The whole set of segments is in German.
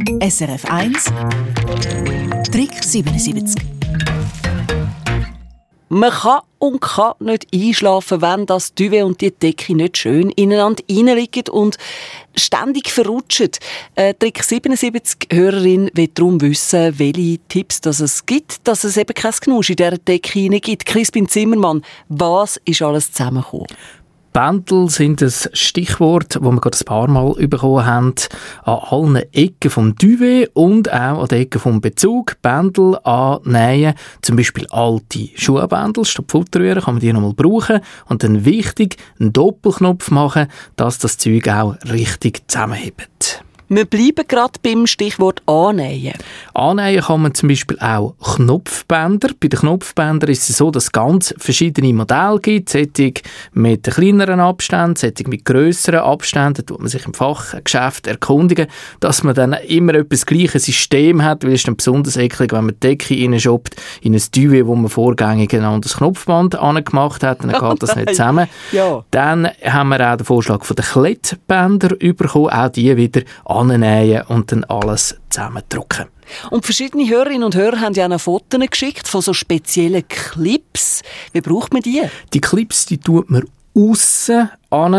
SRF 1 Trick 77. Man kann und kann nicht einschlafen, wenn das Duvet und die Decke nicht schön ineinander reinliegen und ständig verrutschen. Trick 77 Hörerin will darum wissen, welche Tipps dass es gibt, dass es eben kein Knusch in dieser Decke gibt. Crispin Zimmermann, was ist alles zusammengekommen? Bändel sind ein Stichwort, das wir gerade ein paar Mal bekommen haben. An allen Ecken vom Duvet und auch an den Ecken vom Bezug. Bändel annähen, zum Beispiel alte Schuhbändel statt Futterrühren, kann man die nochmal brauchen. Und dann wichtig, einen Doppelknopf machen, dass das Zeug auch richtig zusammenhebt. Wir bleiben gerade beim Stichwort Annähen. Annähen kann man zum Beispiel auch Knopfbänder. Bei den Knopfbändern ist es so, dass es ganz verschiedene Modelle gibt. Solche mit kleineren Abständen, solche mit grösseren Abständen. Da tut man sich im Fachgeschäft erkundigen, dass man dann immer etwas gleiches System hat, weil es ist dann besonders eklig, wenn man die Decke reinschoppt in ein Duvet, wo man vorgängig ein anderes Knopfband angemacht hat, dann geht das nicht zusammen. Ja. Dann haben wir auch den Vorschlag von den Klettbändern bekommen, auch die wieder annähen und dann alles zusammendrücken. Und verschiedene Hörerinnen und Hörer haben ja auch noch Fotos geschickt von so speziellen Clips. Wie braucht man die? Die Clips, die tut man aussen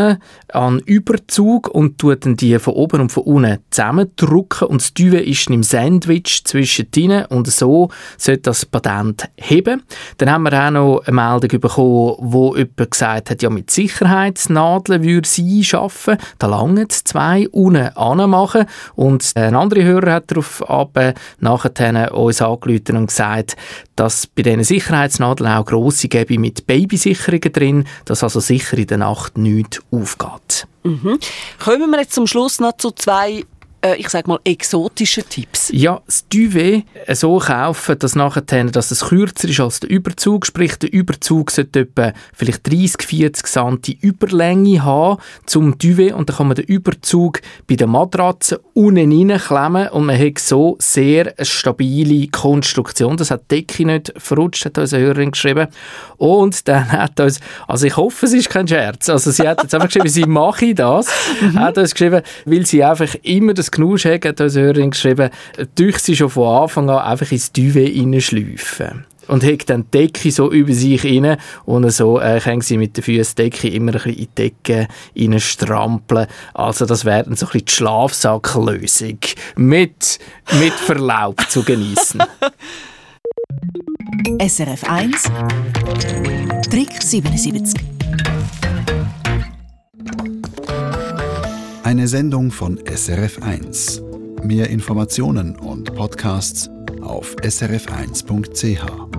an Überzug und tut dann die von oben und von unten zusammendrücken und das Duvet ist im Sandwich zwischendrin und so sollte das Patent heben. Dann haben wir auch noch eine Meldung bekommen, wo jemand gesagt hat, ja, mit Sicherheitsnadeln würde sie arbeiten. Da langen 2 unten anmachen und ein anderer Hörer hat darauf nachher uns angerufen und gesagt, dass bei diesen Sicherheitsnadeln auch grosse gäbe mit Babysicherungen drin, dass also sicher in der Nacht nichts aufgeht. Mhm. Kommen wir jetzt zum Schluss noch zu 2 ich sage mal, exotische Tipps. Ja, das Duvet so kaufen, dass es kürzer ist als der Überzug. Sprich, der Überzug sollte etwa vielleicht 30-40 cm Überlänge haben zum Duvet und dann kann man den Überzug bei der Matratze unten reinklemmen und man hat so sehr eine stabile Konstruktion. Das hat die Decke nicht verrutscht, hat unsere Hörerin geschrieben. Und dann hat uns, also ich hoffe, es ist kein Scherz, also sie hat jetzt einfach geschrieben, sie mache das, hat uns geschrieben, weil sie einfach immer das Knusch hat, hat unsere Hörerin geschrieben, durch sie schon von Anfang an einfach ins Duvet reinschleifen. Und hat dann die Decke so über sich rein und so kann sie mit den Füßen die Decke immer ein bisschen in die Decke reinstrampeln. Also das wäre dann so ein bisschen die Schlafsacklösung. Mit Verlaub zu genießen. SRF 1 Trick 77. Eine Sendung von SRF 1. Mehr Informationen und Podcasts auf srf1.ch.